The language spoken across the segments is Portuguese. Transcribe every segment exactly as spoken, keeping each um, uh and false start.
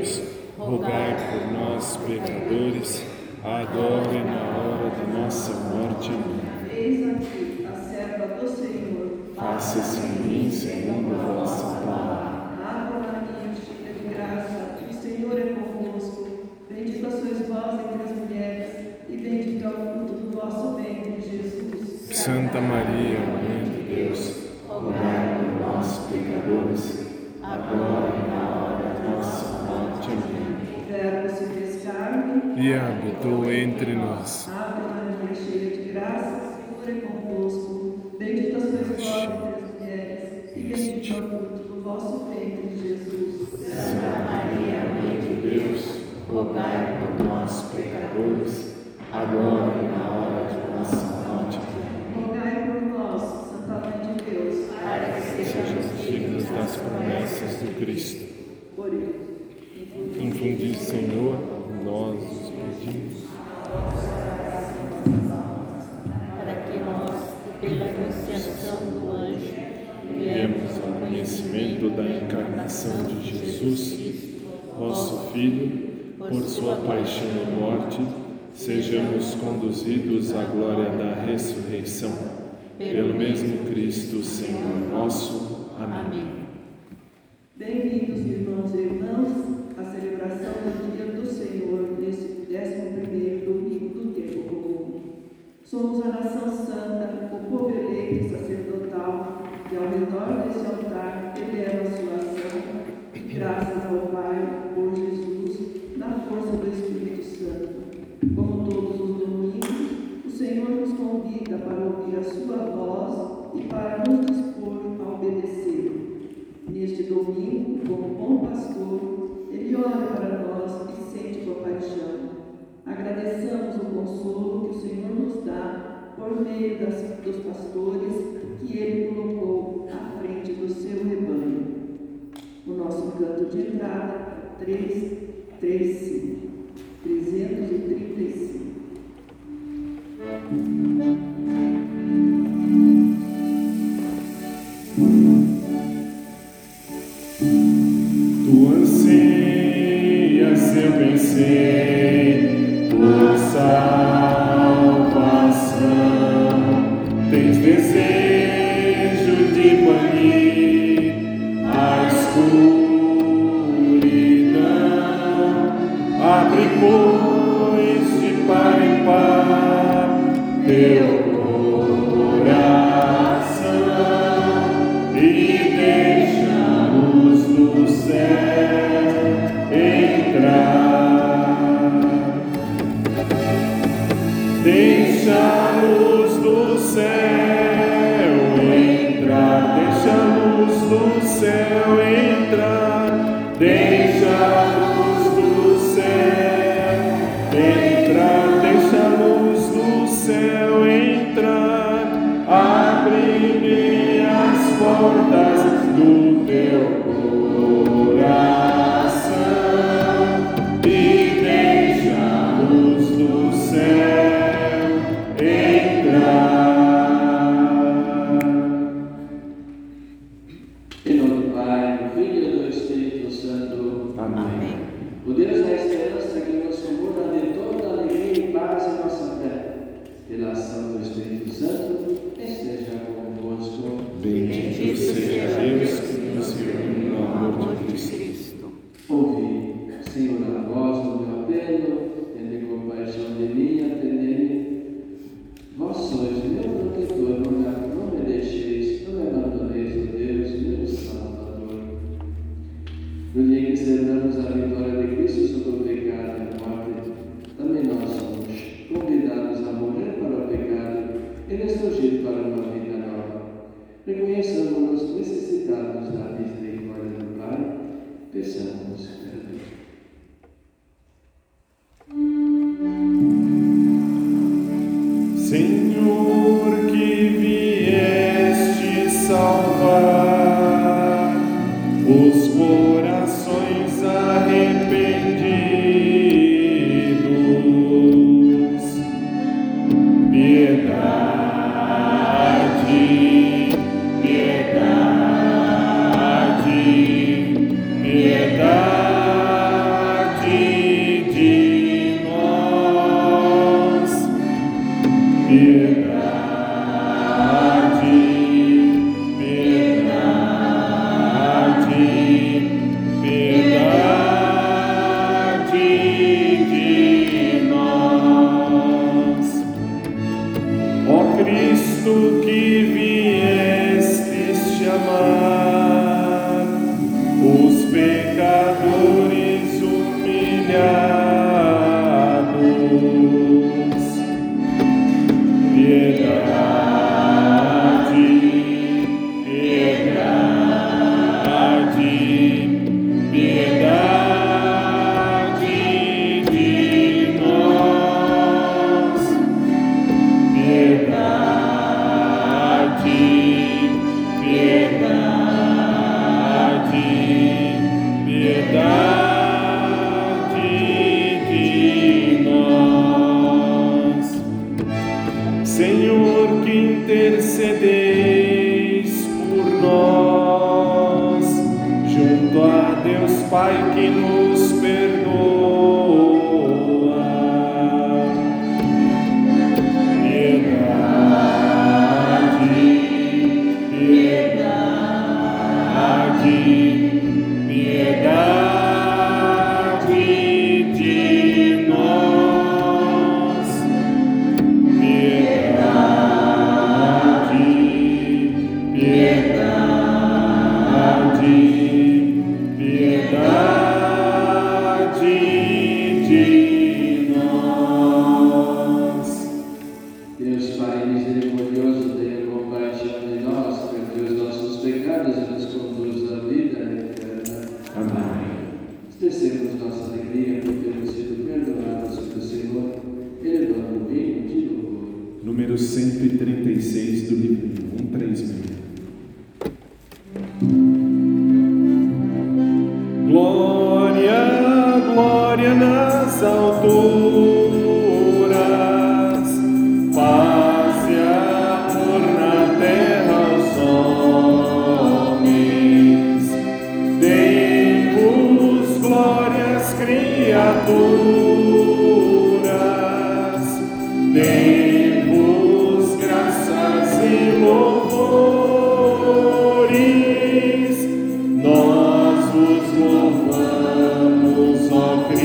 Deus, rogai por nós, pecadores, agora e na hora da nossa morte. Amém. Eis aqui a serva do Senhor. Faça-se em mim segundo a vossa palavra. Ave Maria, cheia de graça, o Senhor é convosco. Bendita sois vós entre as mulheres, e bendito é o fruto do vosso ventre, Jesus. Santa Maria, Mãe de Deus, rogai por nós, pecadores, agora e na hora da nossa morte. Amém. O Verbo se fez carne E habitou entre nós. Ave Maria, cheia de graça, o Senhor é convosco. Bendita sois vós entre as mulheres, e bendito é o fruto do vosso ventre, Jesus. Santa Maria, Mãe de Deus, rogai por nós, pecadores, agora e na hora de nossa morte. Rogai por nós, Santa Mãe de Deus, para que Sejamos dignos das promessas do Cristo. oremos. Infundi, Senhor, nós os pedimos. Para que nós, pela anunciação do anjo, Viemos ao conhecimento da encarnação de Jesus, vosso Filho, por sua paixão e morte, sejamos conduzidos à glória da ressurreição. Pelo mesmo Cristo, Senhor nosso. Amém. Bem-vindos, irmãos e irmãs, à celebração do Dia do Senhor, neste décimo primeiro domingo do tempo comum. Somos a nação santa, o povo eleito e sacerdotal, que ao redor deste altar eleva a sua ação, graças ao Pai, por Jesus, na força do Espírito Santo. Como todos os domingos, o Senhor nos convida para ouvir a sua voz e para nos dispor a obedecê-lo. Neste domingo, como bom pastor, Ele olha para nós e sente compaixão. Agradeçamos o consolo que o Senhor nos dá por meio das, dos pastores que Ele colocou à frente do seu rebanho. O nosso canto de entrada é três, três, cinco. trezentos e trinta e cinco. Tu anseias, eu pensei, por salvação. Tens desejo de banir a escuridão. Abre, pois, de par em par teu coração e deixa a luz do céu entrar. Deixa a luz do céu entrar. Deixa a luz do céu entrar. Deixa a luz do céu entrar. Deixa a luz do céu entrar. Abre-me as portas do teu coração e deixa a luz do céu entrar. Em nome do Pai, do Filho e do Espírito Santo. Amém. O Deus da esperança que nos cura de toda alegria e paz em nossa fé, pela ação do Espírito Santo, esteja convosco. Bendito seja Deus que nos reúne no amor de Cristo. Ouvi, Senhor, a voz do meu apelo, tende compaixão de mim, atendei-me. Vós sois meu protetor, não me deixeis, não me abandoneis, ó Deus, meu Salvador. No dia que celebramos a vitória de Cristo sobre o pecado e a morte, também nós somos convidados a morrer para o pecado e ressurgir para uma vida nova. Reconheçamos-nos necessitados da misericórdia do Pai, peçamos perdão. Senhor, que vieste salvar os corações arrependidos, piedade, piedade, piedade. Pai que nos perdoa. Piedade, piedade, piedade de nós. Piedade, piedade, piedade de nós. Deus Pai misericordioso, tenha compaixão de nós, perdoe os nossos pecados e nos conduz à vida eterna. Amém. Expressemos nossa alegria por termos sido perdoados pelo Senhor, elevando o hino de louvor. Número cento e trinta e seis do livro cento e trinta e seis. Glória, glória nas alturas, paz e amor na terra aos homens. Dei-vos glórias, criaturas, dei-vos graças e louvores. Nós vos louvamos, ó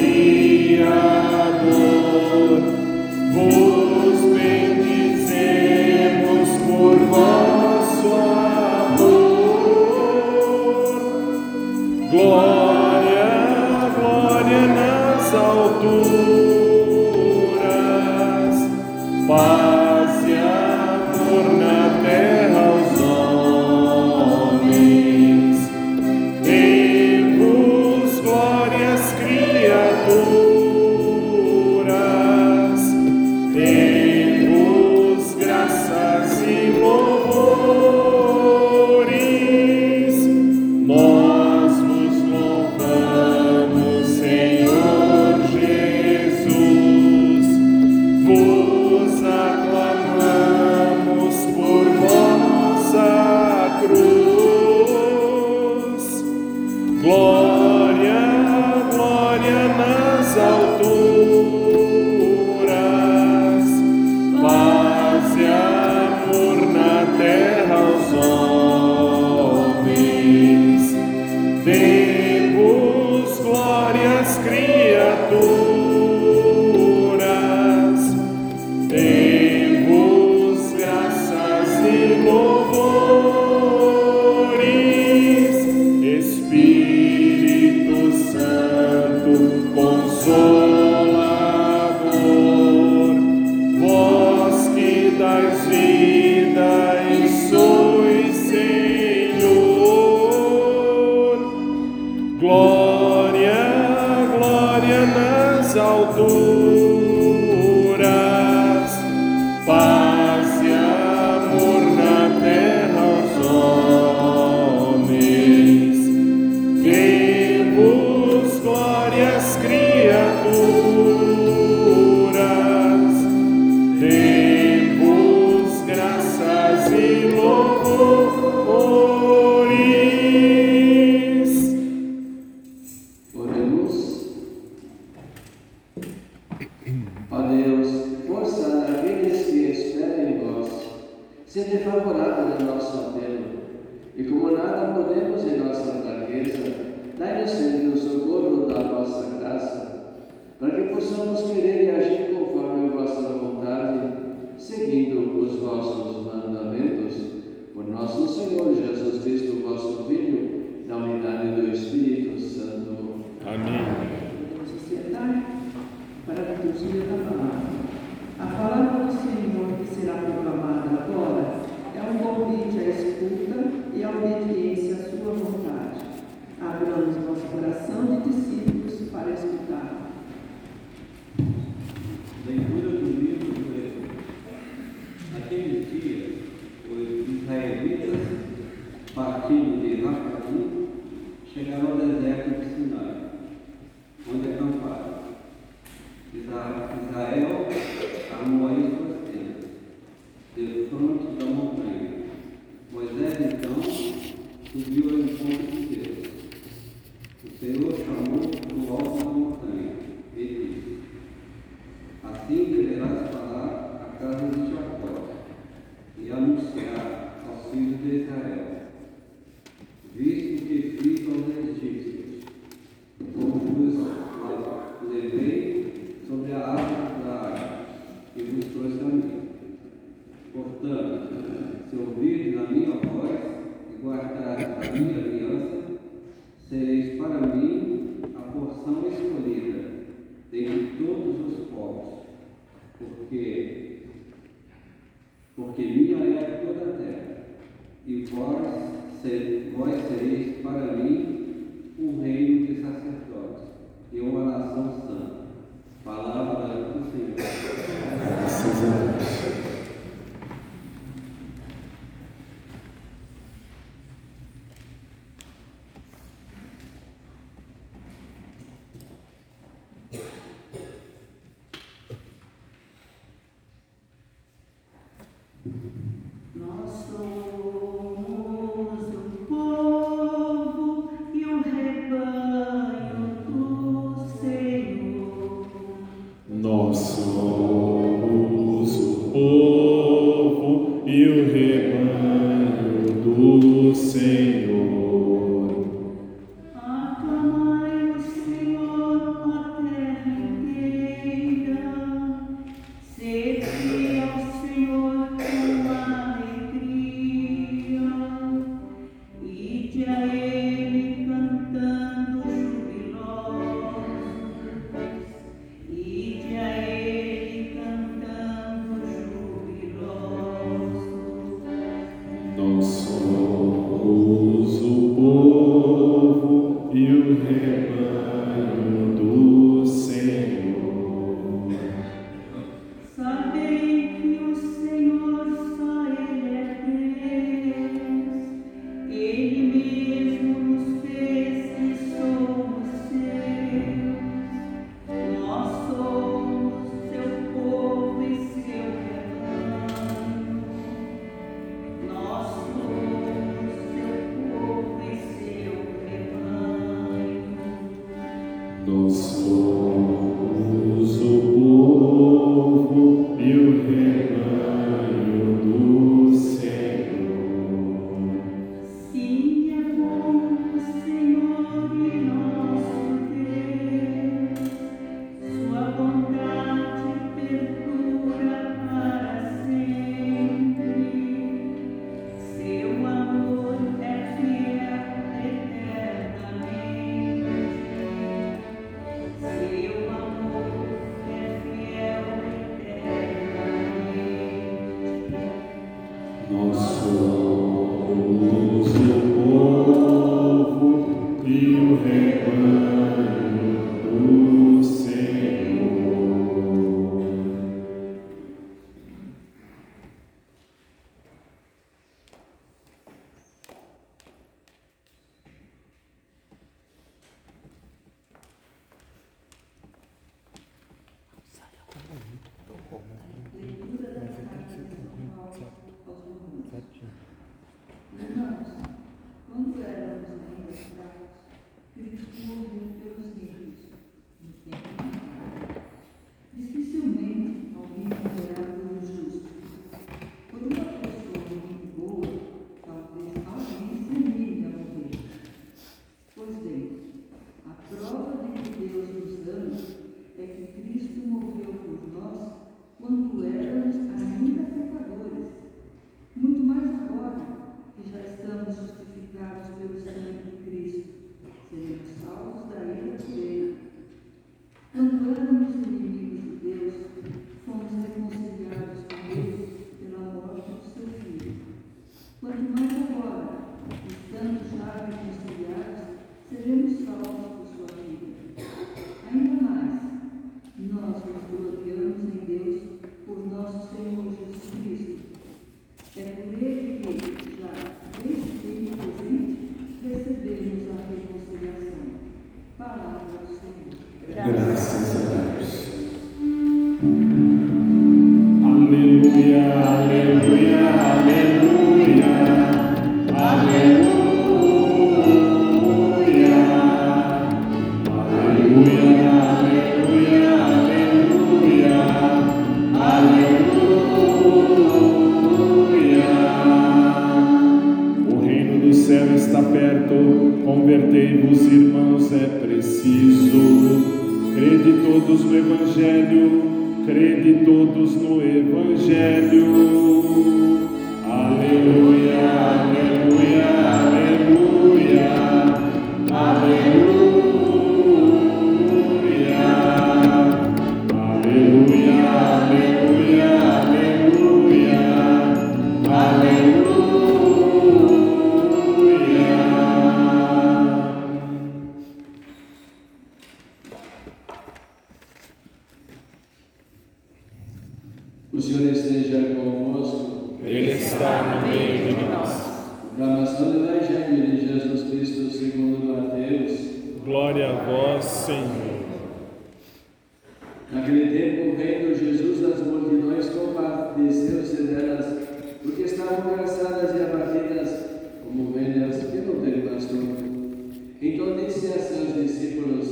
Criador, vos bendizemos por vosso amor. Glória, glória nas alturas, paz e amor na terra aos homens. Dei-vos glórias, criaturas, dei-vos graças e louvores. Nós vos louvamos, Senhor Jesus, vos aclamamos por vossa cruz. Glória, glória nas alturas, paz e amor na terra aos homens. Dei-vos glórias, criaturas, dei-vos graças e louvores. Espírito Santo, Consolador, vós que dais vida e sois Senhor. Glória, glória nas alturas, paz e amor na terra aos homens. Dei-vos glórias, criaturas, dei-vos graças e louvores. Oremos. Ó Deus, força daqueles que esperam em vós, sede favorável ao nosso apelo, e como nada podemos em nossa fraqueza, dai-nos sempre o socorro da vossa graça, para que possamos querer e agir conforme a vossa vontade, seguindo os vossos mandamentos, por nosso Senhor Jesus Cristo, vosso Filho, na unidade do Espírito Santo. Amém. Podemos sentar para a liturgia da palavra. A palavra do Senhor que será proclamada agora é um convite à escuta e à obediência à sua vontade. Abramos nosso coração de discípulos para escutar. Leitura do livro do Êxodo. Naqueles dias, os israelitas, partindo de Racaim, chegaram ao deserto de Sinai, onde acamparam. Israel armou aí suas tendas, defronte da montanha. Moisés, então, subiu ao encontro de Deus. O Senhor chamou do alto da montanha e disse: assim deverás falar à casa de Jacó e anunciar aos filhos de Israel: visto que fiz aos egípcios, vos levei sobre a asa da água e vos trouxe a mim. Portanto, se ouvirdes a minha voz e guardardes a minha aliança, sereis para mim a porção escolhida dentre todos os povos, porque, porque minha é toda a terra, e vós, ser, vós sereis para mim um reino de sacerdotes e uma nação santa. Palavra do Senhor. Graças a Deus. Nós somos o povo e o rebanho do Senhor. Nós somos o povo e o rebanho do Senhor. Aclamai o Senhor, ó terra inteira. Sede ao Senhor com alegria. Ide a Ele cantando jubilosos. Ide a Ele cantando jubilosos. Nós somos o povo e o rebanho do Senhor. Sabei que o Senhor só Ele é Deus. Ele mesmo nos fez e somos seus. Nós somos seu povo e seu rebanho. Nós somos seu povo e seu rebanho. Nós somos o povo e o rebanho do Senhor. Sim, é bom o Senhor e nosso Deus. Sua bondade perdura para sempre. Seu amor é fiel eternamente. Seu amor é fiel eternamente. Nós somos o povo e o rebanho do Senhor. Leitura da carta de São Paulo aos Romanos. Irmãos, quando éramos ainda fracos, Cristo morreu pelos ímpios, no tempo errado. Dificilmente alguém morrerá pelo justo. Por uma pessoa muito boa, talvez alguém se anime a morrer. Pois bem, a prova de que Deus nos ama é que Cristo morreu por nós quando éramos ainda pecadores. Muito mais agora que já estamos justificados pelo sangue de Cristo, seremos salvos da ira por Ele. Quando éramos inimigos de Deus, fomos reconciliados com Ele pela morte do seu Filho. Quanto mais agora, estando já reconciliados, seremos salvos por sua vida. Ainda mais, nós nos gloriamos em Deus por nosso Senhor Jesus Cristo. É por Ele que, já desde o tempo presente, recebemos a reconciliação. Palavra do Senhor. Graças a Deus. Aleluia, aleluia, aleluia, aleluia. preciso. Crede todos no Evangelho, crede todos no Evangelho. Aleluia, aleluia, aleluia, aleluia, aleluia, aleluia, aleluia, aleluia. O Senhor esteja convosco. Ele está no meio de nós. Proclamação do Evangelho de Jesus Cristo segundo Mateus. Glória a vós, Senhor. Naquele tempo, vendo Jesus as multidões, compadeceu-se delas, porque estavam cansadas e abatidas, como ovelhas que não têm pastor. Então disse a seus discípulos: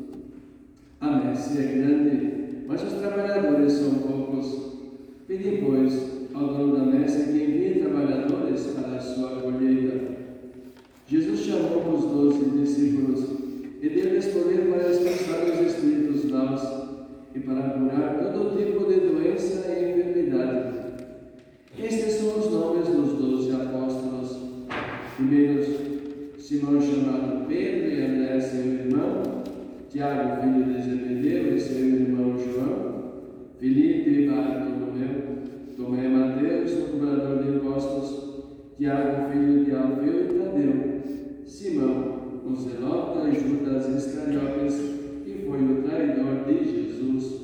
a messe é grande, mas os trabalhadores são poucos. Pedi, pois, ao dono da messe que envie trabalhadores para a sua colheita. Jesus chamou os doze discípulos e deu-lhes poder para expulsar os espíritos maus e para curar todo tipo de doença e enfermidade. Estes são os nomes dos doze apóstolos. Primeiro, Simão, chamado Pedro, e André, seu irmão, Tiago, filho de Zebedeu, e seu irmão João, Filipe, Bartolomeu, Tomé, Mateus, o cobrador de impostos, Tiago, filho de Alfeu, e Tadeu, Simão, o zelota, e Judas Iscariotes, que foi o traidor de Jesus.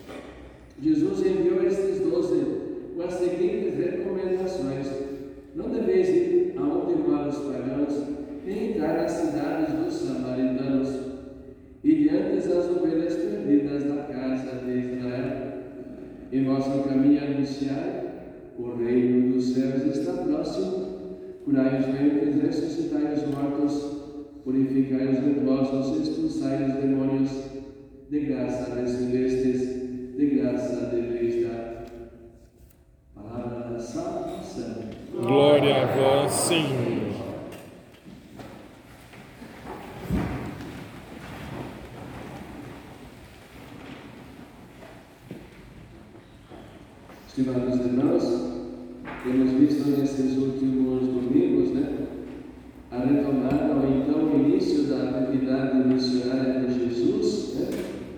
Jesus enviou estes doze com as seguintes recomendações: não deveis ir aonde moram os pagãos, nem entrar nas cidades dos samaritanos, e diante as ovelhas perdidas da casa de Israel. Em vosso caminho anunciai: o reino dos céus está próximo. Curai os doentes, ressuscitai os mortos, purificai os leprosos, expulsai os demônios. De graça recebestes, de graça deveis dar. Palavra da salvação. Glória a vós, Senhor. Estimados irmãos, temos visto nesses últimos domingos, né, a retomada ou então o início da atividade missionária de Jesus, né,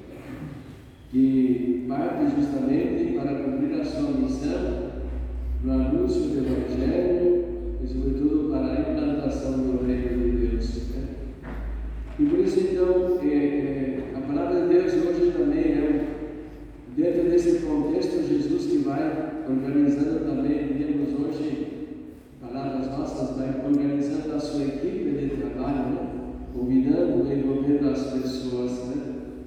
que parte justamente para cumprir a sua missão no anúncio do Evangelho e sobretudo para a implantação do reino de Deus, né. E por isso então é, é, a palavra de Deus hoje também é um dentro desse contexto, Jesus que vai organizando também, diríamos hoje, palavras nossas, vai organizando a sua equipe de trabalho, né? Convidando, envolvendo as pessoas, né?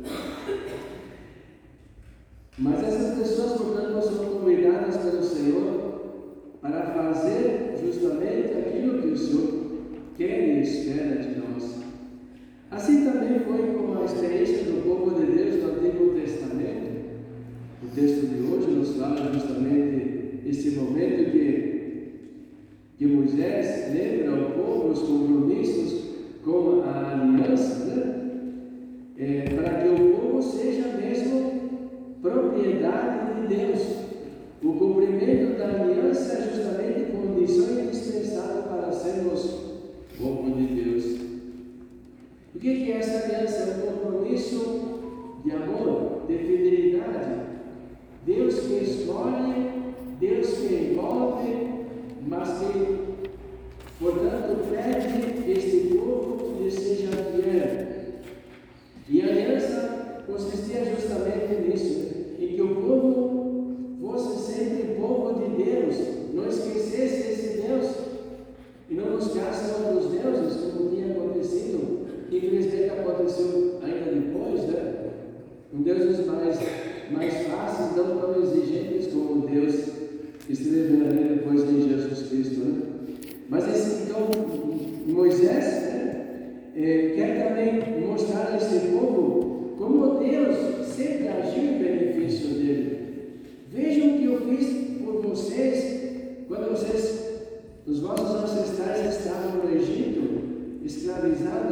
Mas essas pessoas, portanto, são convidadas pelo Senhor para fazer justamente aquilo que o Senhor quer e espera de nós. Assim também foi com a experiência do povo de Deus no Antigo Testamento. O texto de hoje nos fala justamente esse momento que, que Moisés lembra ao povo os compromissos com a aliança, né? É, para que o povo seja mesmo propriedade de Deus. O cumprimento da aliança é justamente condição indispensável para sermos povo de Deus. O que é essa aliança? É um compromisso de amor, de fidelidade. Deus que escolhe, Deus que envolve, mas que, portanto, pede que este povo lhe seja fiel. E a aliança consistia justamente nisso, em que o povo fosse sempre povo de Deus, não esquecesse esse Deus e não buscasse outros deuses, como tinha acontecido. Infelizmente aconteceu ainda depois, né? Com deuses mais, mais fáceis, não tão exigentes como o Deus que esteve ali depois de Jesus Cristo, né? Mas esse, então, Moisés, né, é, quer também mostrar a esse povo como Deus sempre agiu em benefício dele. Vejam o que eu fiz por vocês quando vocês, os vossos ancestrais estavam no Egito, escravizados.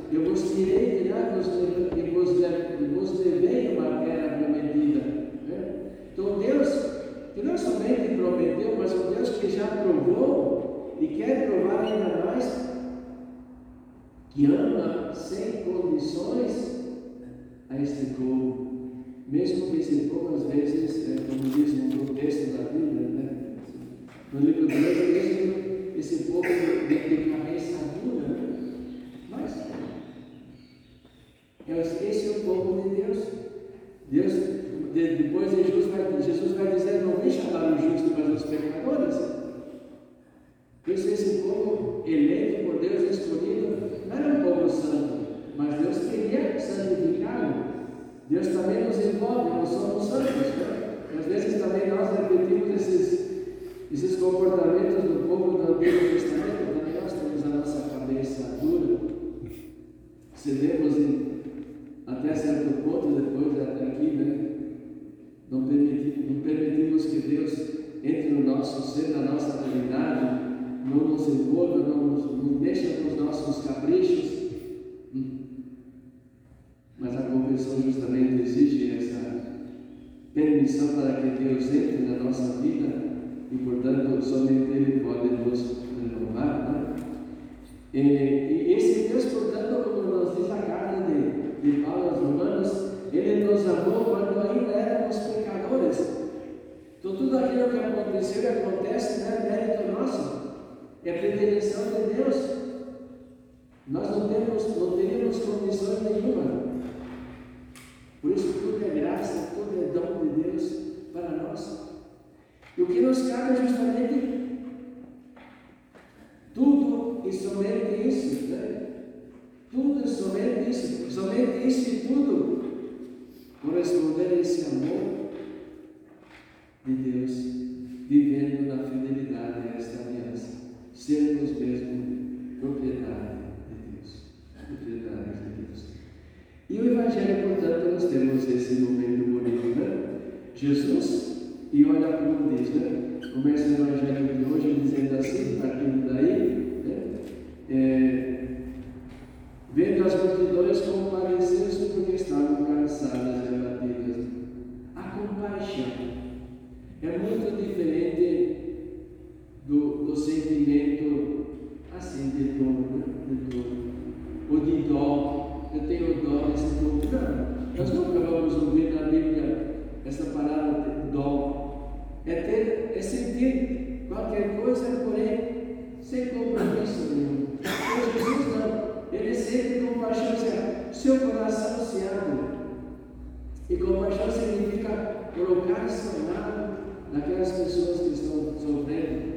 eu vos tirei de lá e vos levei uma terra prometida. Né? Então Deus, que não somente prometeu, mas o Deus que já provou e quer provar ainda mais, que ama sem condições a este povo, mesmo que esse povo às vezes, é, como diz no contexto da Bíblia, né? No livro de Deus, mesmo esse povo de, de cabeça dura, né? Mas esse é o povo de Deus. Deus, de, depois de Jesus, vai, Jesus vai dizer: não vem chamar os justos, mas os pecadores. Por isso, esse povo eleito por Deus, escolhido, não era um povo santo, mas Deus queria santificá-lo. Deus também nos envolve, nós somos santos, né? Às vezes também nós repetimos esses, esses comportamentos do povo do Antigo Testamento, também nós temos a nossa cabeça dura, cedemos em, até certo ponto, depois até aqui, né? Não permitimos, não permitimos que Deus entre no nosso ser, na nossa realidade, não nos envolva, não nos, nos deixa nos nossos caprichos. Mas a conversão justamente exige essa permissão para que Deus entre na nossa vida e, portanto, somente Ele pode nos renovar. Né? E, e esse Deus, portanto, como nos diz a carta de, de Paulo aos Romanos, Ele nos amou quando ainda éramos pecadores. Então, tudo aquilo que aconteceu e acontece não é mérito nosso, é pretensão de Deus. Nós não temos, não teríamos condições nenhuma. Por isso, tudo é graça, tudo é dom de Deus para nós. E o que nos cabe é justamente tudo e somente isso, né? Tudo e somente isso, somente isso e tudo corresponder a esse amor de Deus, vivendo na fidelidade a esta aliança, sermos mesmo propriedade de Deus, propriedade de Deus. E o Evangelho, portanto, nós temos esse momento bonito, né? Jesus, e olha como diz, né? Começa o Evangelho de hoje dizendo assim, partindo daí, né? É, vendo as multidões compadecer-se porque estavam cansadas e abatidas. A compaixão é muito diferente do, do sentimento assim de dor, né? de dor, ou de dó. Eu tenho dó desse povo. Não, nós nunca vamos ouvir na Bíblia essa palavra de dó. É, ter, é sentir qualquer coisa, porém, sem compromisso nenhum. Mas Jesus não. Ele sente compaixão, seu coração se abre. E compaixão significa colocar-se ao lado daquelas pessoas que estão sofrendo.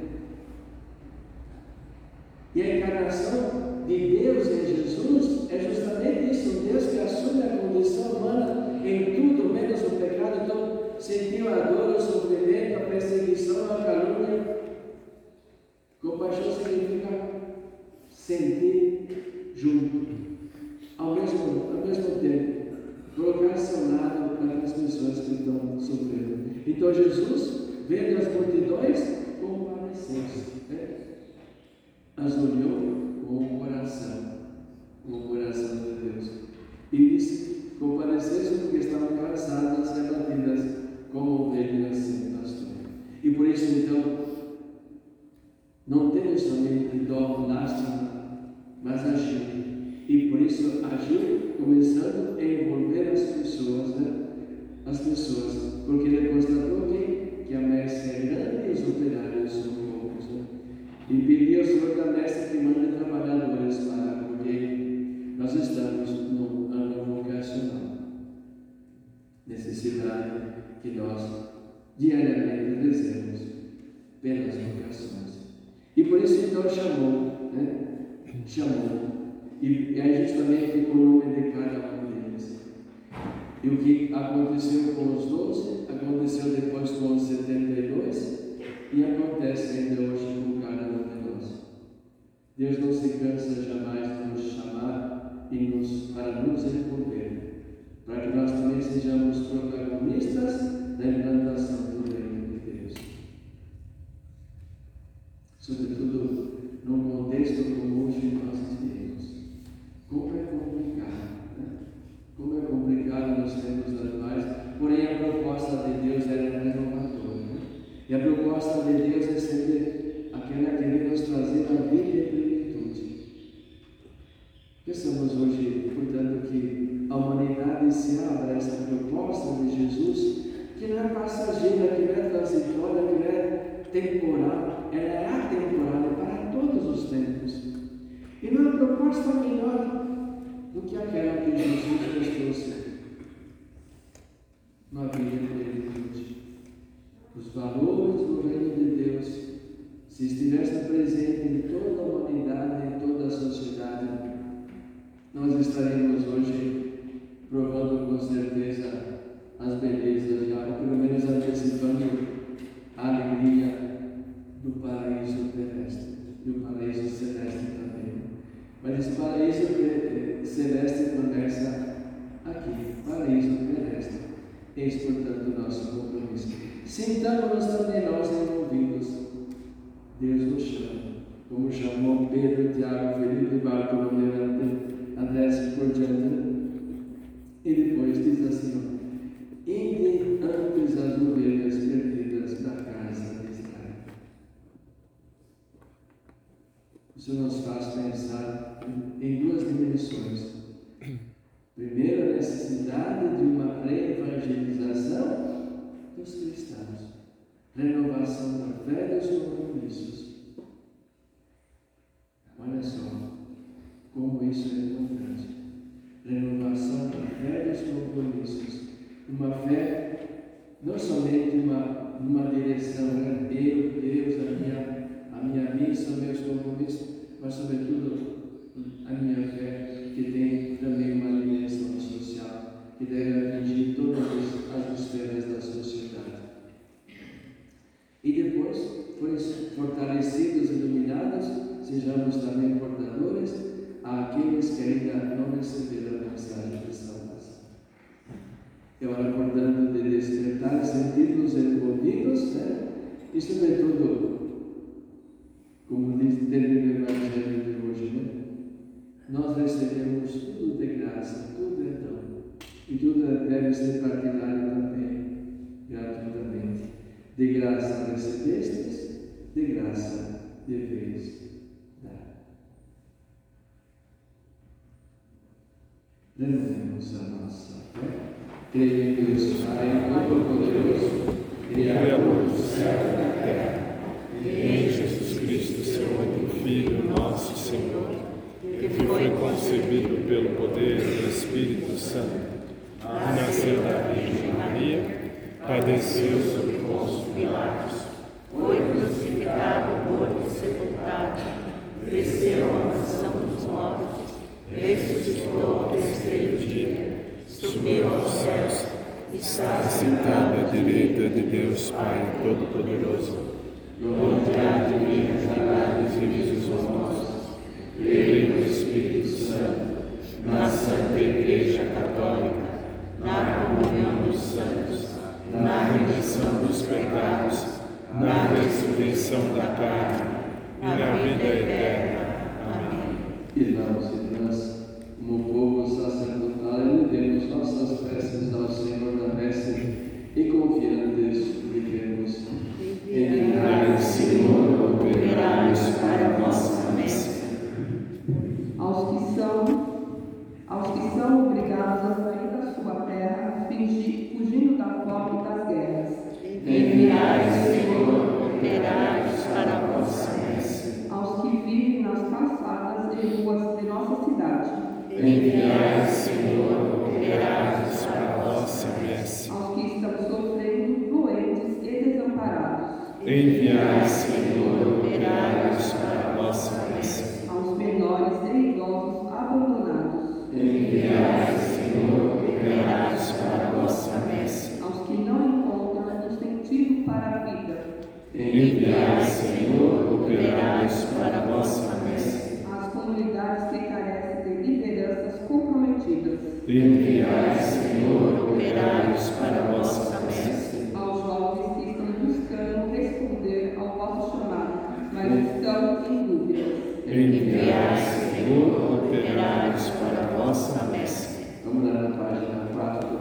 E a encarnação de Deus em Jesus é justamente isso, um Deus que assume a condição humana em tudo, menos o pecado. Então, sentiu a dor, o sofrimento, a perseguição, a calúnia. Compaixão significa sentir junto, ao mesmo, ao mesmo tempo, colocar-se ao lado daquelas pessoas que estão sofrendo. Então, Jesus, vendo as multidões, compadeceu-se, né? As olhou com o coração, com o coração de Deus. E disse: compadeceu-se porque estavam cansadas e abatidas, como ovelhas sem pastor. E por isso, então, não temos somente dó, lástima, mas agiu. E por isso agiu, começando a envolver as pessoas, né? As pessoas, porque ele constatou que, que a messe é grande e os operários são poucos, né? E pediu ao Senhor da messe que mande trabalhadores para, porque nós estamos no ano vocacional. Necessidade que nós diariamente rezemos pelas vocações. E por isso então chamou, né? Chamou. E é justamente o nome de cada um deles. E o que aconteceu com os doze, aconteceu depois com os setenta e dois e acontece ainda hoje com cada um de nós. Deus não se cansa jamais de nos chamar e nos, para nos envolver, para que nós também sejamos protagonistas da implantação do reino de Deus. Sobretudo num contexto como hoje nós vivemos. Com pecado nos tempos normais, porém a proposta de Deus era renovadora. E a proposta de Deus é sempre aquela que vem nos trazer a vida e plenitude. Pensamos hoje, portanto, que a humanidade se abre a essa proposta de Jesus, que não é passageira, que não é transitória, que não é temporal, ela é atemporal, é para todos os tempos. E não há proposta melhor do que aquela que Jesus nos trouxe. Uma vida de plenitude. Os valores do reino de Deus, se estivessem presentes em toda a humanidade, em toda a sociedade, nós estaremos hoje provando com certeza as belezas, já, ou pelo menos antecipando a alegria do paraíso terrestre, do paraíso celeste também. Mas esse paraíso celeste começa aqui, paraíso terrestre. Eis, portanto, o nosso compromisso. Sintamos-nos também nós envolvidos. Deus nos chama, como chamou Pedro, Tiago, Felipe, Bartolomeu, André, por diante. E depois diz assim: ide antes as ovelhas perdidas da casa de Israel. Isso nos faz pensar em duas dimensões. Primeiro, a necessidade de uma reevangelização dos cristãos, renovação da fé e dos compromissos. Olha só como isso é importante. Renovação da fé e dos compromissos. Uma fé, não somente uma, uma direção, né? Eu, Deus, a minha, a minha missão, meus compromissos, mas sobretudo a minha fé, que tem também uma dimensão social, que deve atingir todas as esferas da sociedade. E depois, fortalecidos e iluminados, sejamos também portadores àqueles que ainda não receberam a mensagem de salvação. É hora, portanto, de despertar sentidos envolvidos, né? E sobretudo, como diz termina o Evangelho de hoje, né? Nós recebemos tudo de graça, tudo é dom. E tudo deve ser partilhado também, gratuitamente. De graça recebestes, de graça deveis dar. Renovemos a nossa fé. Creio em Deus Pai Todo-Poderoso, Criador do céu e da terra, e em Jesus Cristo, seu único Filho, nosso Senhor, que foi concebido pelo poder do Espírito Santo, nasceu da Virgem Maria, padeceu sob Pôncio Pilatos, foi crucificado, morto e sepultado, desceu à mansão dos mortos, ressuscitou ao terceiro dia, subiu aos céus, está sentado à direita de Deus Pai Todo-Poderoso, onde há de vir julgar os vivos e os mortos. Creio no Espírito Santo, na Santa Igreja Católica, na comunhão dos santos, na remissão dos pecados, na ressurreição da carne e na vida eterna. Amém. Irmãos e irmãs, como povo sacerdotal, elevemos nossas preces ao Senhor da messe e confiantes vivemos. Enviai, Senhor, operários para a nossa messe. Aos que são, aos que são obrigados a sair da sua terra, fugindo da fome e das guerras. Enviai, Senhor, operários para a vossa messe. Aos que vivem nas calçadas e ruas de nossa cidade. Enviai, Senhor, operários para a vossa messe. Aos que estão sofrendo, doentes e desamparados. Enviai, Senhor, operários para a vossa messe. Aos menores e idosos abandonados. Enviai, Senhor, operários para a vossa messe. Aos que não encontram o sentido para a vida. Enviai, Senhor, operários para a vossa messe. Às comunidades que carecem de lideranças comprometidas. Enviai, Senhor, operários para a vossa messe. Aos jovens que estão buscando responder ao vosso chamado, mas estão em dúvidas. Enviai, Senhor, operários para a vossa messe. Vamos lá na página quatro.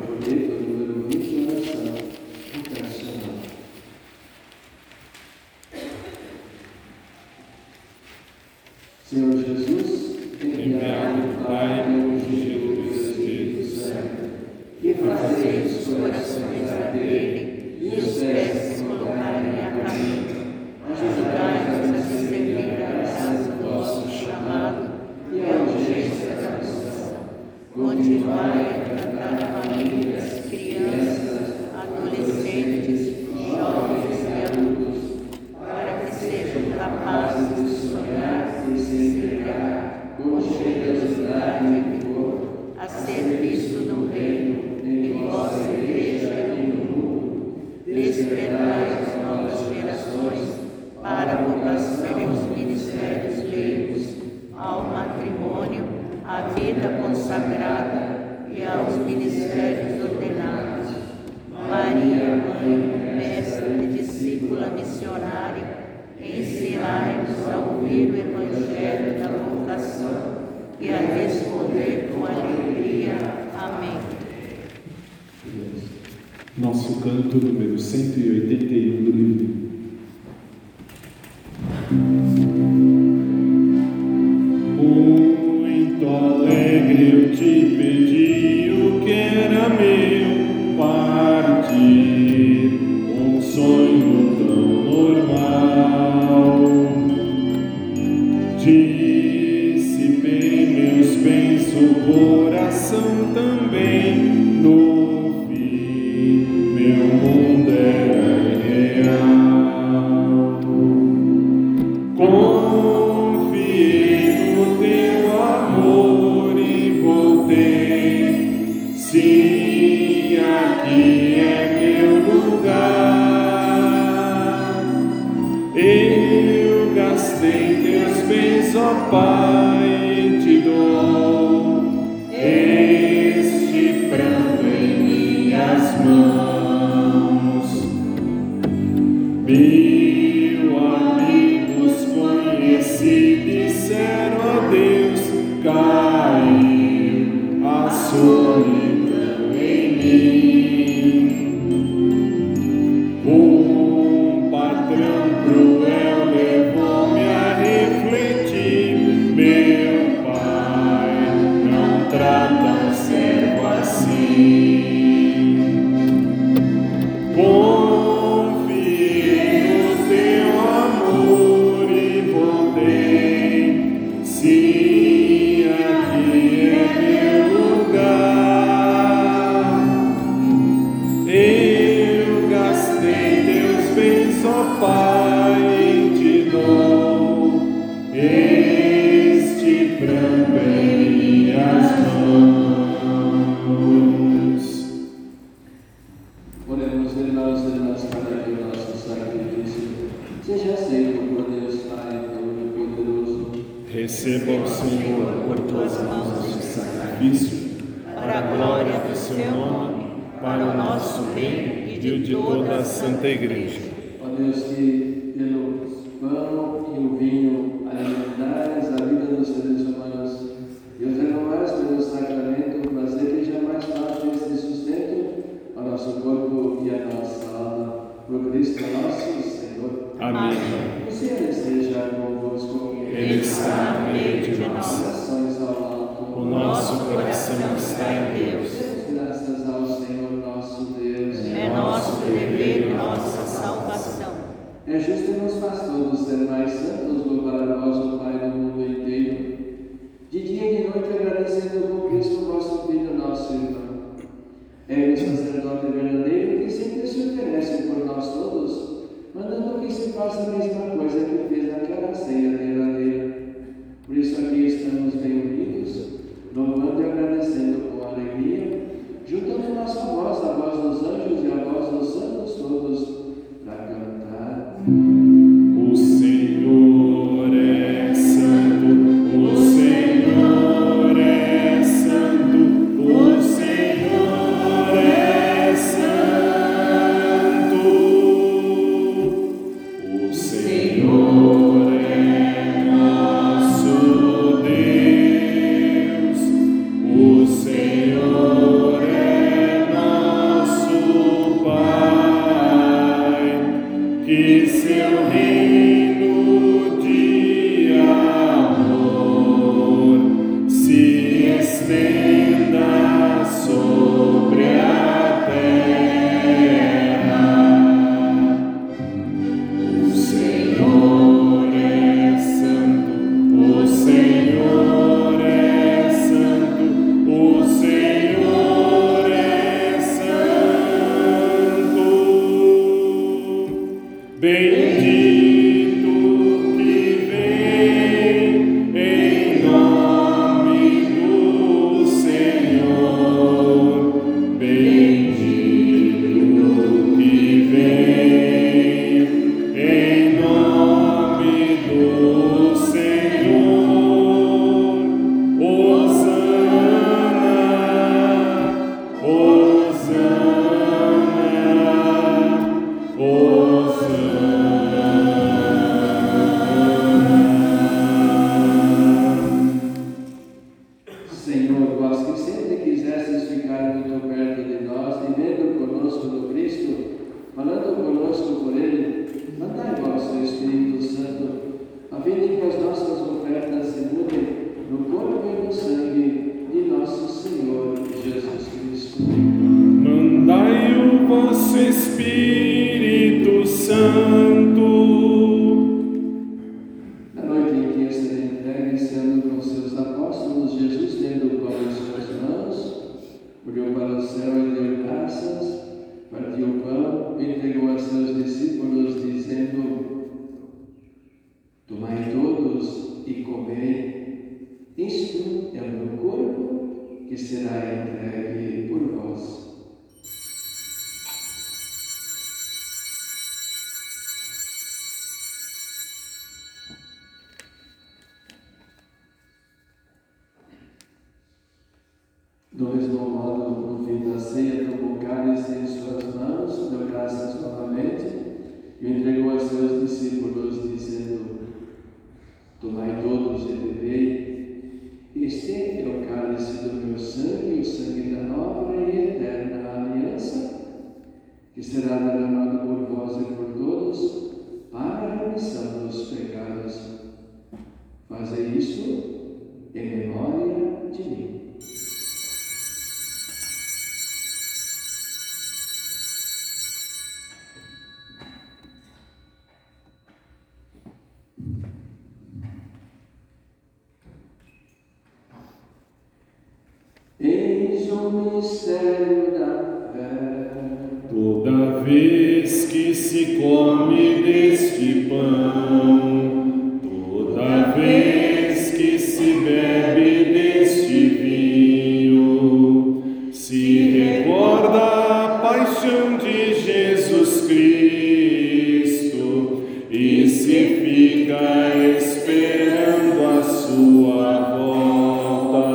Senhor Jesus, enviado do Pai pelo ungido do Espírito Santo, E fazer os corações arderem e os pés colocarem a caminho. Ajudai-nos a discernir a graça do vosso chamado e a urgência da missão. Continuai a tratar famílias, crianças, adolescentes, jovens e adultos, para que sejam capazes de sonhar e se entregar com generosidade e vigor a serviço do reino em vossa igreja e no mundo. Despertai as novas gerações para a vocação aos ministérios leigos, ao matrimônio, à vida consagrada e aos ministérios ordenados. Maria, Mãe, Mestra e discípula missionária, ensinai-nos a ouvir o Evangelho da vocação e a responder com alegria. Amém. Nosso canto número cento e oitenta e um do livro. Muito alegre eu te pedi o que era meu, partir, um sonho tão normal. Dissipei meus bens, o coração também, no fim, meu mundo era irreal. Confiei no teu amor e voltei. Sim, aqui é meu lugar. Eu gastei teus bens, ó Pai, te dou este pranto em minhas mãos. Mil amigos conheci, disseram adeus, caiu a solidão em mim. Um patrão cruel levou-me a refletir, meu Pai não trata um servo assim. Confiei no teu amor e voltei. Sim, aqui é meu lugar. Eu gastei teus bens, ó Pai, te dou este pranto em minhas mãos. Oremos, irmãos e irmãs, para que o nosso sacrifício seja aceito por Deus Pai Todo-Poderoso. Receba o Senhor por tuas mãos este sacrifício, para a glória do seu nome, para o nosso bem e de toda a Santa Igreja. Ó Deus, que pelo pão e o vinho alimentares a vida dos seres humanos e os renovares pelo sacramento, fazer que jamais falte este sustento ao nosso corpo e à nossa alma. Por Cristo nosso Senhor. Amém. O Senhor esteja convosco. Ele está no meio de nós. Corações ao alto. O nosso coração está em Deus. Graças ao Senhor nosso Deus. É nosso dever e nossa salvação. É justo e nos faz todos ser mais santos, louvar a vós, o Pai do mundo inteiro. De dia e de noite agradecendo com Cristo, vosso Filho, nosso irmão. É o sacerdote verdadeiro que sempre se oferece por nós todos, mandando que se faça a mesma coisa que fez naquela ceia derradeira. Por isso aqui estamos bem unidos, louvando e agradecendo com alegria, juntando nossa voz à voz dos anjos e à voz dos santos todos, para cantar. O Senhor é santo, o Senhor é santo, o Senhor é santo. O Senhor é nosso Deus. vosso Espírito Santo. Na noite em que ia ser entregue, sendo com seus apóstolos, Jesus, tendo o pão em suas mãos, olhou para o céu e deu graças, partiu o pão e entregou a seus discípulos, dizendo: tomai todos e comei, isto é o meu corpo que será entregue por vós. Do mesmo modo, no fim da ceia, tomou o cálice em suas mãos, deu graças novamente e o entregou a seus discípulos, dizendo: tomai todos e bebei, este é o cálice do meu sangue, o sangue da nova e eterna aliança, que será derramado por vós e por todos para a remissão dos pecados. Fazei isto em memória de mim. Eis o mistério da fé. Toda vez que se come deste pão, toda vez que se bebe deste vinho, se recorda a paixão de Jesus Cristo e se fica esperando a sua volta.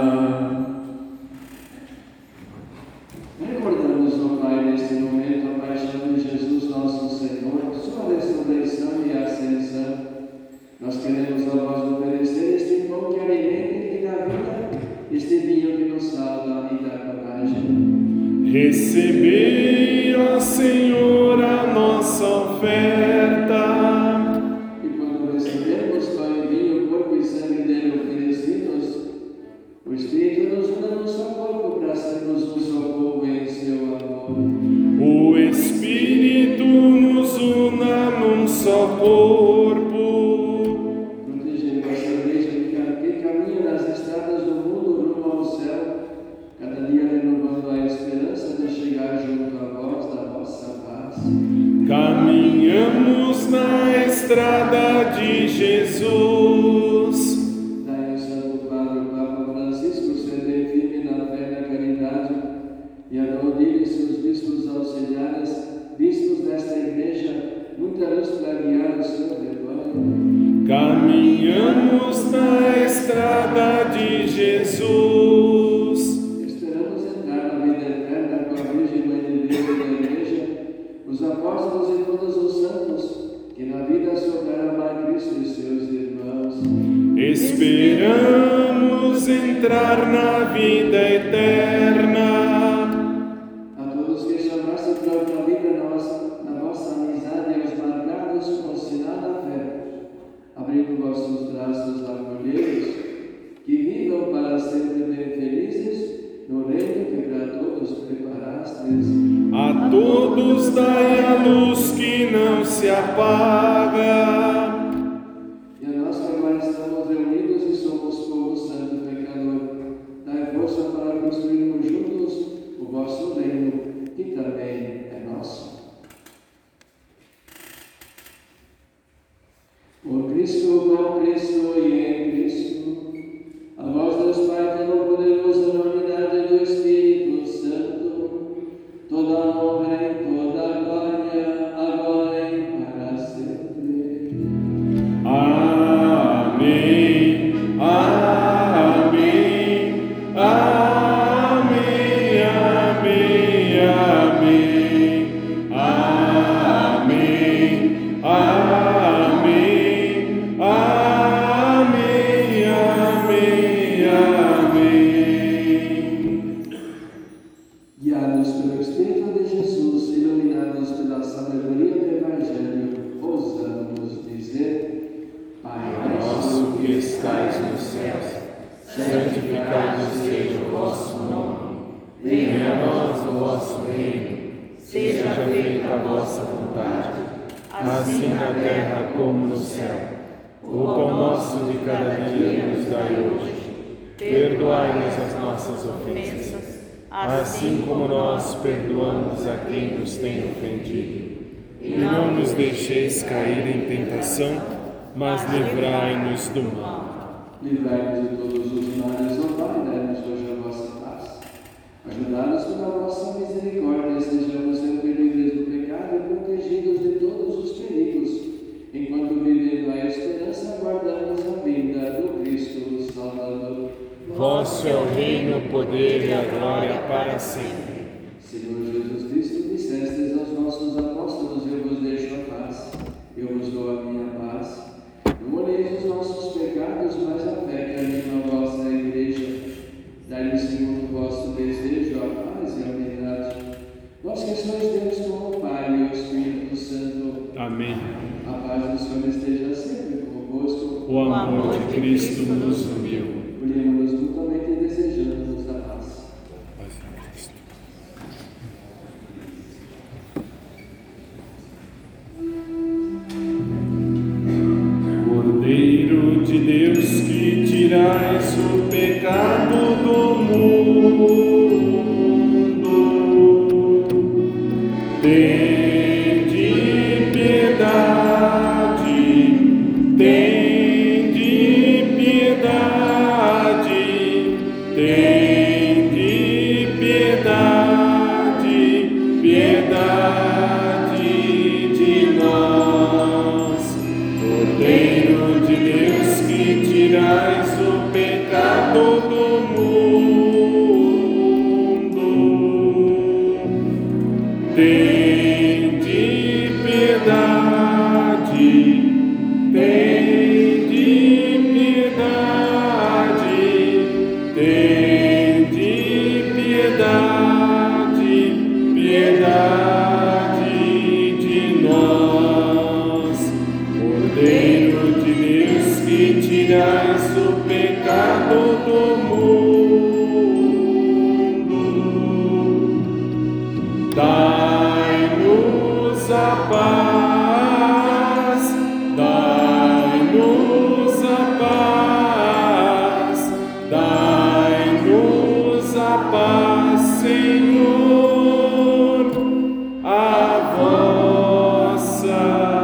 Recordamos, ó Pai, neste momento a paixão de Jesus, nosso Senhor, sua ressurreição e ascensão. Nós queremos a vós oferecer este pão que alimenta e que dá vida, este vinho que nos salva e dá coragem. Recebei, ó Senhor, a nossa oferta. E quando recebemos pão e vinho, o corpo e sangue dele oferecidos, o Espírito nos une no seu corpo para sermos um só povo em seu amor. O Espírito nos una num só corpo. Protegei vossa igreja que caminha nas estradas do mundo rumo ao céu, cada dia renovando a esperança de chegar junto a vós da vossa paz. Caminhamos na estrada de Jesus. Daí o Santo Padre, o Papa Francisco, ser bem firme na fé e na caridade, e Arnaldinho e seus bispos auxiliares, bispos desta igreja, muita luz para guiar o seu rebanho. Caminhamos na estrada de Jesus. Esperamos entrar na vida eterna com a Virgem Mãe de Deus e da Igreja, os apóstolos e todos os santos, que na vida souberam amar Cristo e seus irmãos. Esperamos entrar na vida eterna. A todos que chamaste para outra vida na vossa, na vossa amizade e aos marcados com o sinal da fé, abrindo vossos braços a acolhê-los, que vivam para sempre bem felizes no reino que para todos preparastes. A todos dai a luz que não se apaga. E a nós que agora estamos reunidos e somos povo santo e pecador, dai força para construirmos juntos o vosso reino, que também é nosso. Por Cristo, com Cristo e em Cristo, a vós Deus Pai, Todo-Poderoso, na unidade do Espírito Santo, toda a honra e toda a glória, agora e para sempre. Amém. Amém. Amém. Amém. Amém. Amém. Amém. Amém. Amém. Amém. Guiados pelo Espírito de Jesus, iluminados pela sabedoria do Evangelho, ousamos dizer: Pai Nosso que estais nos céus, santificado seja o vosso nome. Venha a nós o vosso reino. seja feita a vossa vontade, assim na terra como no céu. O pão nosso de cada dia nos dai hoje. Perdoai-nos as nossas ofensas, assim como nós perdoamos a quem nos tem ofendido. E não nos deixeis cair em tentação, mas livrai-nos do mal. Livrai-nos de todos os males, ó Pai, dai-nos hoje a vossa paz. Ajudai-nos pela vossa misericórdia, estejamos sempre livres do pecado e protegidos de todos os perigos, enquanto vivendo a esperança, aguardamos a vinda do Cristo Salvador. Vosso é o reino, o poder e a glória para sempre. Senhor Jesus Cristo, dissestes aos nossos apóstolos: eu vos deixo a paz, eu vos dou a minha paz. Não olheis os nossos pecados, mas a fé que anima a vossa igreja. Dai-lhe, segundo o vosso desejo, a paz e a unidade. Vós que sois Deus como o Pai e o Espírito Santo. Amém. A paz do Senhor esteja sempre convosco. O amor de Cristo nos uniu. Unimos-nos mutuamente desejando-nos a paz. Cordeiro de Deus, que tirais o pecado do mundo, tende piedade, tende piedade, tende piedade, piedade de nós. Cordeiro de Deus, que tirais o pecado do mundo, tende piedade, tende piedade, tende piedade, piedade de nós. Cordeiro de Deus, que tirais o pecado do mundo, dai-nos a paz, dai-nos a paz, dai-nos a paz, Senhor, a vossa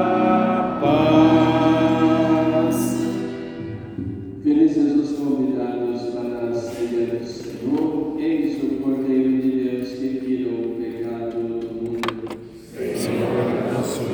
paz. Felizes os convidados para a ceia do Senhor. Eis o Cordeiro de Deus que tira o pecado do mundo. Senhor, nosso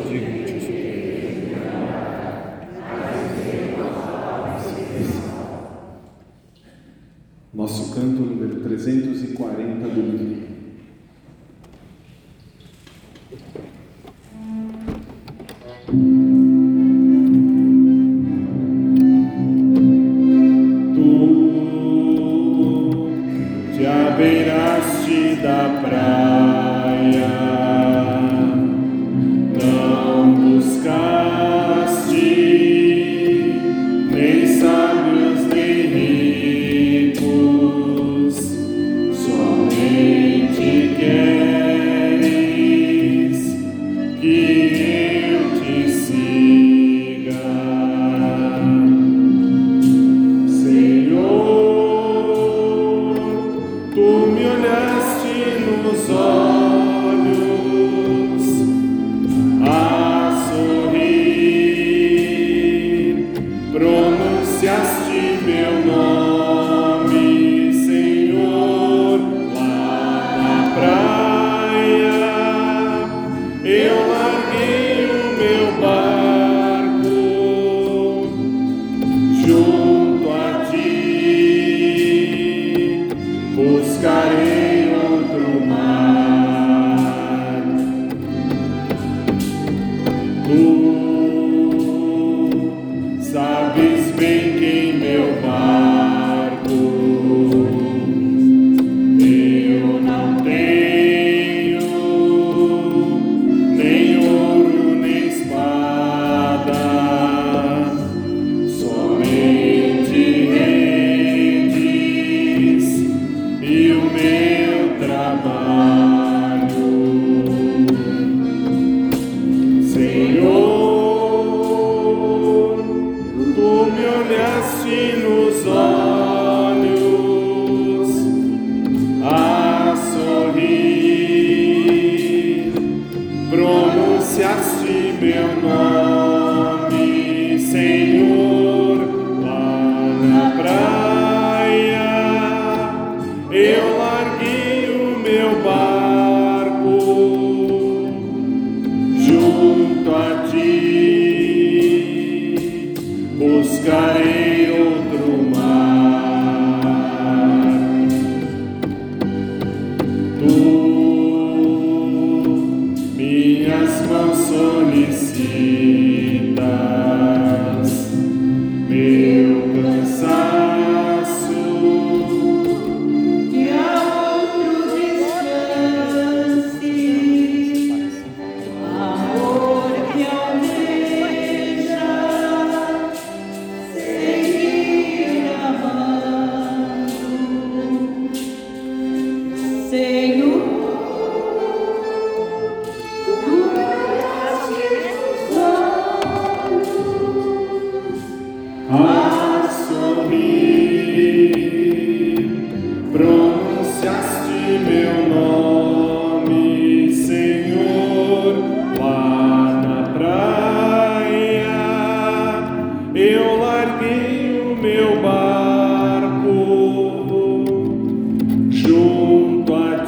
minhas mãos solicitas, meu cansaço, que a outro descanse, amor que almeja seguir amando, Senhor. a sorrir, pronunciaste meu nome, Senhor, lá na praia. Eu larguei o meu barco junto a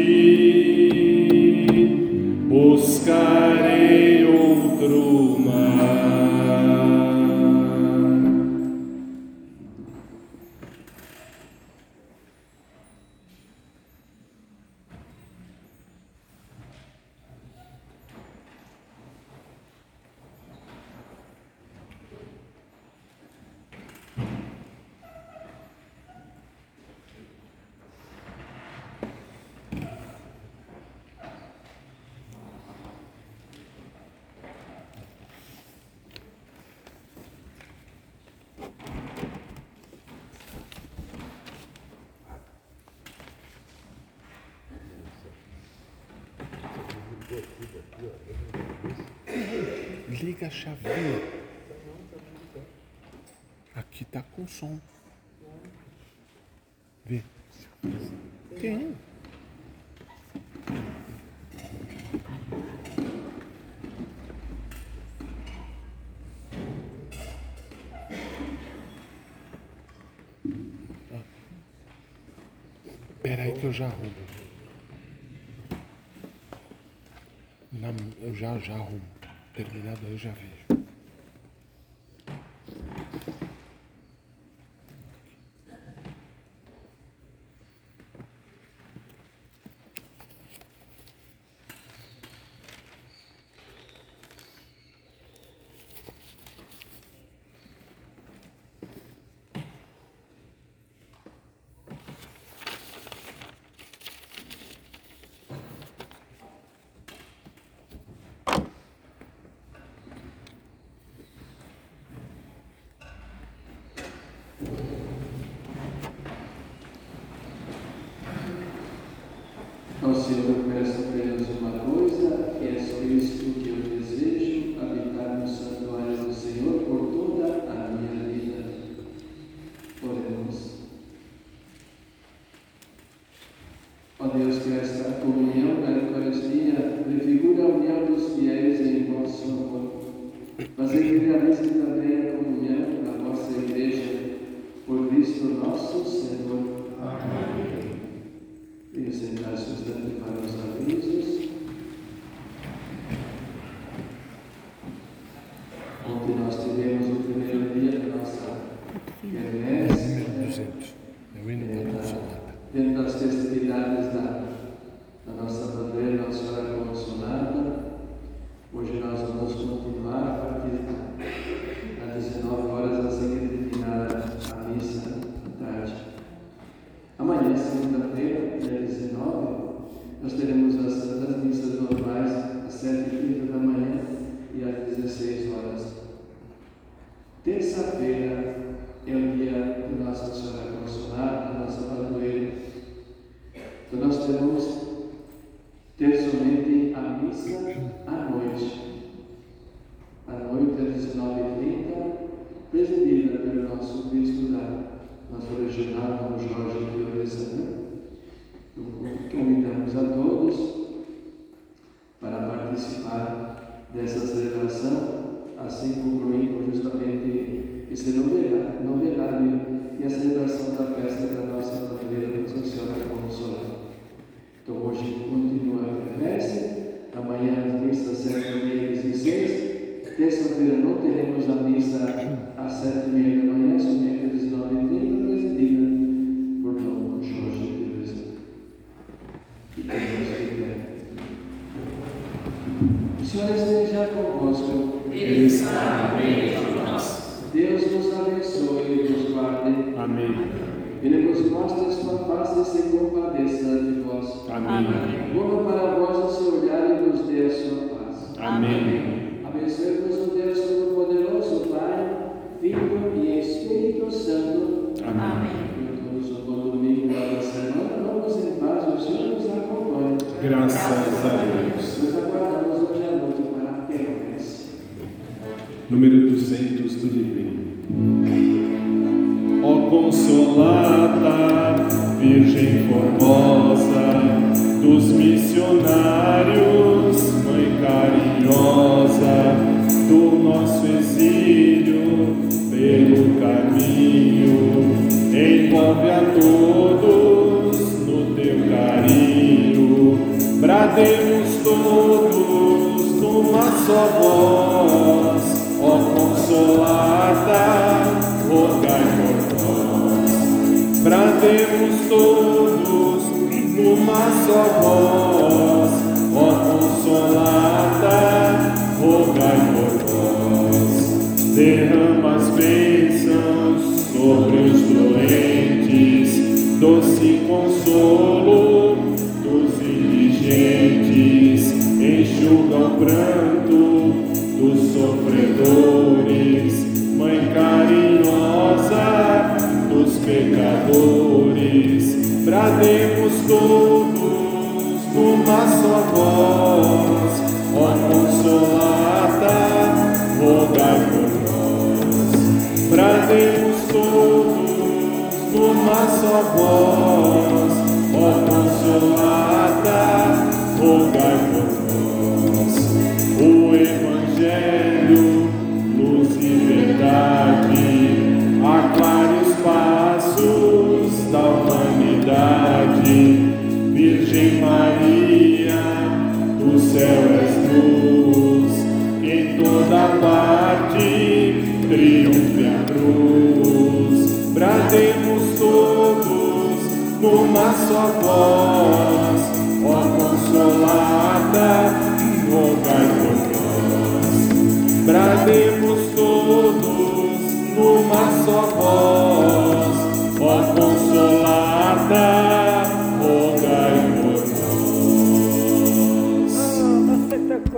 ti, buscarei outro mar. Liga a chavinha. Aqui tá com som. Vê. Tem. Espera aí que eu já arrumo. Na, eu já, já arrumo. Terminado aí eu já vejo. Ao Senhor eu peço apenas uma coisa, que é só isso que eu desejo, habitar no santuário do Senhor por toda a minha vida. Oremos. Ó Deus, que esta comunhão da Eucaristia prefigura a união dos fiéis em vosso amor. Fazei que realize também a comunhão da vossa Igreja, por Cristo nosso Senhor. Amém. E sentar-se um instante para os avisos. Ontem nós tivemos o primeiro dia da nossa quermesse. Número duzentos. É o hino da Consolata. Dentro das festividades da, da nossa padroeira, Nossa Senhora Consolata. Hoje nós vamos continuar a partir das dezenove horas, a seguir terminar a missa à tarde. Amanhã, segunda-feira, dia dezenove, nós teremos as Santas Missas normais às sete e trinta da manhã e às dezesseis horas. Terça-feira é o dia de Nossa Senhora Consolata, nossa padroeira. Então nós teremos ter somente a missa à noite. À noite, às dezenove e trinta, presidida pelo nosso bispo da nosso regional, o Jorge Fiorezano. Convidamos a todos para participar dessa celebração, assim concluindo justamente esse novenário e a celebração da festa da nossa padroeira Nossa Senhora Consolata. Então hoje continua a quermesse, amanhã as missas sete e meia e dezesseis, terça-feira não teremos a missa às sete e meia da manhã, somente às dezenove e trinta, presidida por Dom Jorge Fiorezano. Ficamos de pé. O Senhor esteja convosco. Ele está no meio de nós. Deus vos abençoe e vos guarde. Amém. Ele vos mostre sua face e se compadeça de vós. Amém. Volva para vós o seu olhar e vos dê a sua paz. Amém. Abençoe-vos o Deus Todo-Poderoso, Pai, Filho e Espírito Santo. Amém. Todos um bom domingo da semana. Vamos em paz, o Senhor nos acompanhe. Graças a Deus. Nos aguardamos hoje à noite para a quermesse. Número duzentos do livrinho. Ó Consolata, Virgem formosa, dos missionários, Mãe carinhosa, do nosso exílio, pelo caminho, envolve a todos no teu carinho, brademos todos numa só voz, ó Consolata, rogai por nós. Brademos todos numa só voz, ó Consolata, rogai por nós. Derrama as bênçãos sobre os doentes, doce consolo dos indigentes, enxuga o pranto dos sofredores, Mãe carinhosa dos pecadores, brademos todos numa só voz, ó Consolata, rogai por nós. Brademos todos numa só voz, ó Consolata, rogai por nós. O Evangelho, luz e verdade, aclare os passos da humanidade. Virgem Maria, do céu és luz, em toda parte triunfe a cruz. Brademos todos numa só voz,